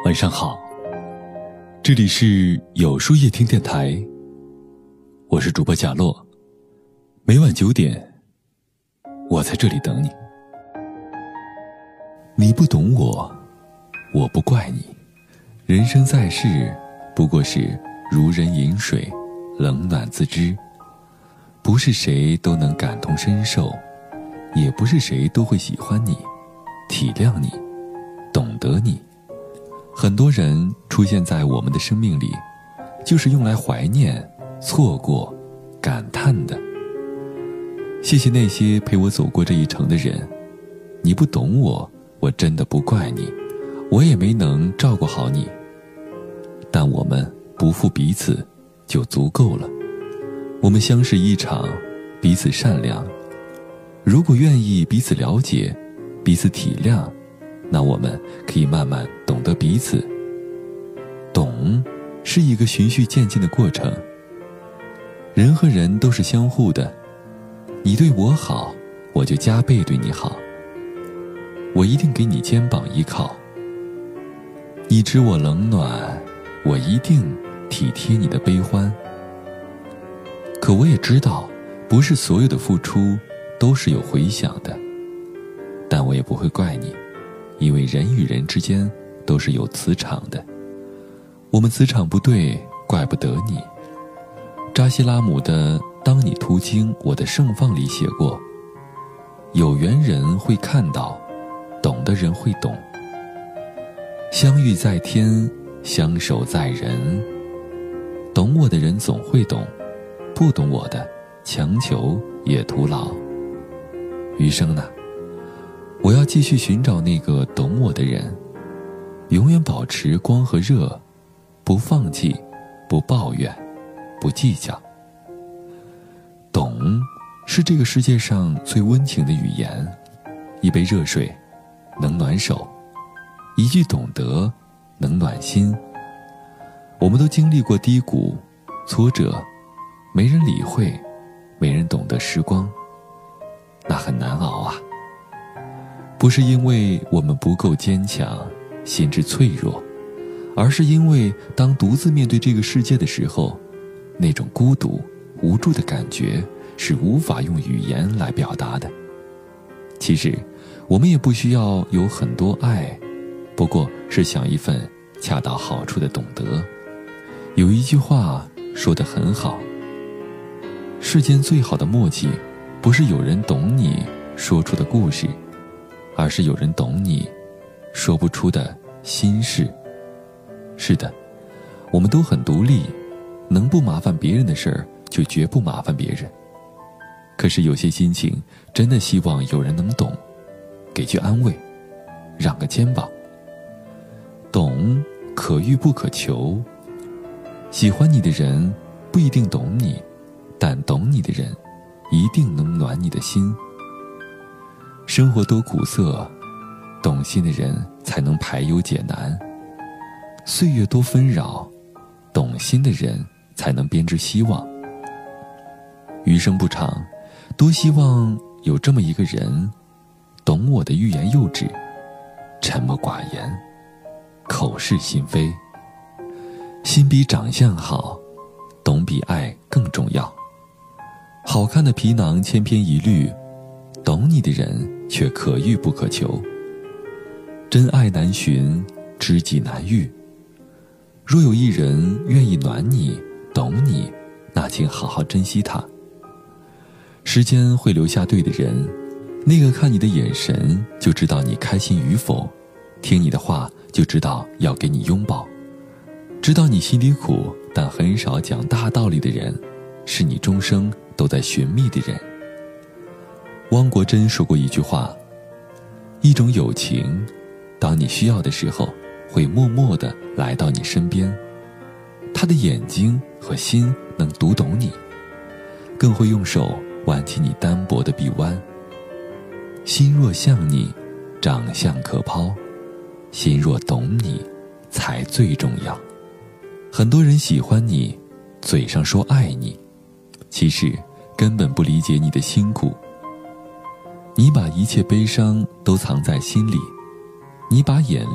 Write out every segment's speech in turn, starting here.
晚上好，这里是有书夜听电台，我是主播贾洛，每晚9点，我在这里等你。你不懂我，我不怪你。人生在世，不过是如人饮水，冷暖自知。不是谁都能感同身受，也不是谁都会喜欢你、体谅你、懂得你。很多人出现在我们的生命里，就是用来怀念、错过、感叹的。谢谢那些陪我走过这一程的人，你不懂我，我真的不怪你，我也没能照顾好你。但我们不负彼此就足够了。我们相识一场，彼此善良。如果愿意彼此了解，彼此体谅，那我们可以慢慢懂得彼此。懂是一个循序渐进的过程。人和人都是相互的，你对我好，我就加倍对你好。我一定给你肩膀依靠。你知我冷暖，我一定体贴你的悲欢。可我也知道，不是所有的付出都是有回响的，但我也不会怪你，因为人与人之间都是有磁场的。我们磁场不对，怪不得你。扎西拉姆的《当你途经我的盛放》里写过，有缘人会看到，懂的人会懂。相遇在天，相守在人。懂我的人总会懂，不懂我的，强求也徒劳。余生呢，我要继续寻找那个懂我的人，永远保持光和热，不放弃，不抱怨，不计较。懂是这个世界上最温情的语言，一杯热水能暖手，一句懂得能暖心。我们都经历过低谷、挫折，没人理会，没人懂得时光，那很难熬啊。不是因为我们不够坚强，心智脆弱，而是因为当独自面对这个世界的时候，那种孤独、无助的感觉是无法用语言来表达的。其实，我们也不需要有很多爱，不过是想一份恰到好处的懂得。有一句话说得很好，世间最好的默契，不是有人懂你说出的故事，而是有人懂你说不出的心事。是的，我们都很独立，能不麻烦别人的事儿就绝不麻烦别人。可是有些心情真的希望有人能懂，给句安慰，让个肩膀。懂可遇不可求，喜欢你的人不一定懂你，但懂你的人一定能暖你的心。生活多苦涩，懂心的人才能排忧解难。岁月多纷扰，懂心的人才能编织希望。余生不长，多希望有这么一个人，懂我的欲言又止，沉默寡言，口是心非。心比长相好，懂比爱更重要。好看的皮囊千篇一律，懂你的人却可遇不可求。真爱难寻，知己难遇。若有一人愿意暖你、懂你，那请好好珍惜他。时间会留下对的人，那个看你的眼神就知道你开心与否，听你的话就知道要给你拥抱。知道你心里苦，但很少讲大道理的人，是你终生都在寻觅的人。汪国真说过一句话，一种友情，当你需要的时候，会默默地来到你身边。他的眼睛和心能读懂你，更会用手挽起你单薄的臂弯。心若像你，长相可抛，心若懂你，才最重要。很多人喜欢你，嘴上说爱你，其实根本不理解你的辛苦。你把一切悲伤都藏在心里，你把眼泪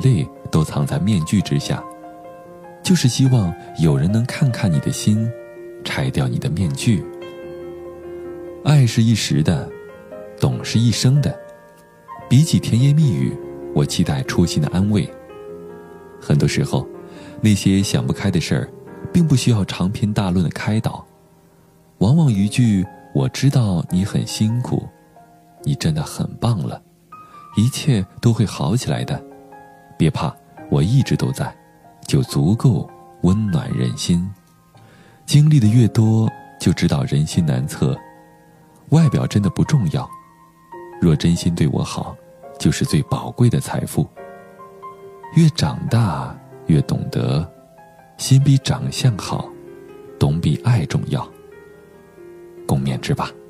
都藏在面具之下，就是希望有人能看看你的心，拆掉你的面具。爱是一时的，懂是一生的。比起甜言蜜语，我期待初心的安慰。很多时候，那些想不开的事儿，并不需要长篇大论的开导，往往一句“我知道你很辛苦，你真的很棒了，一切都会好起来的，别怕，我一直都在”，就足够温暖人心。经历的越多，就知道人心难测，外表真的不重要，若真心对我好，就是最宝贵的财富。越长大越懂得，心比长相好，懂比爱重要。共勉之吧。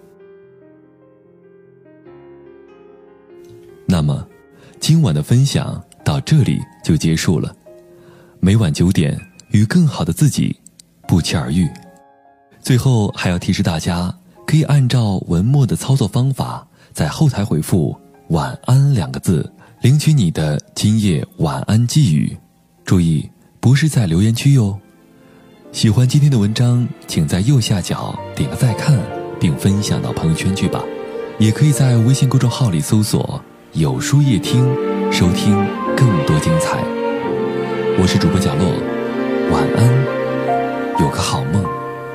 那么今晚的分享到这里就结束了。每晚9点，与更好的自己不期而遇。最后还要提示大家，可以按照文末的操作方法，在后台回复晚安2个字，领取你的今夜晚安寄语。注意，不是在留言区哟。喜欢今天的文章，请在右下角点个再看，并分享到朋友圈去吧。也可以在微信公众号里搜索有书夜听，收听更多精彩。我是主播角落，晚安，有个好梦。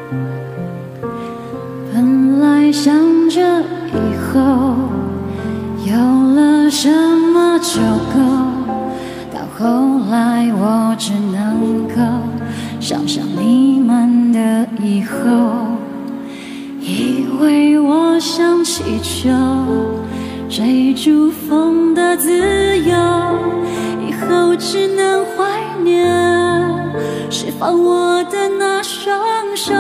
本来想着以后有了什么就够，到后来我只能够想象你们的以后，以为我像气球追逐风的自由，以后只能怀念释放我的那双手。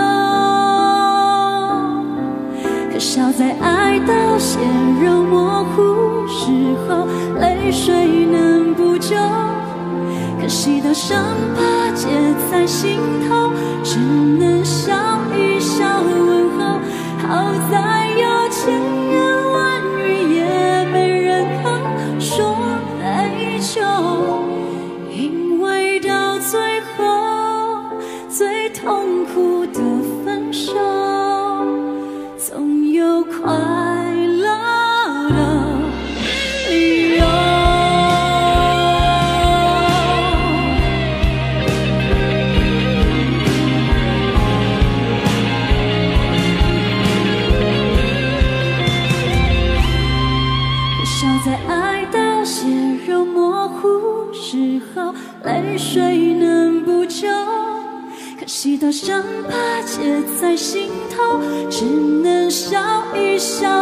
可笑在爱到血肉模糊时候，泪水能补救，可惜的伤疤结在心头，只能笑一笑问候。好在有千言万语也没人肯说内疚，因为到最后最痛苦的分手，总有快乐的理由。在爱到血肉模糊时候，泪水能补救，可惜的伤疤结在心头，只能笑一笑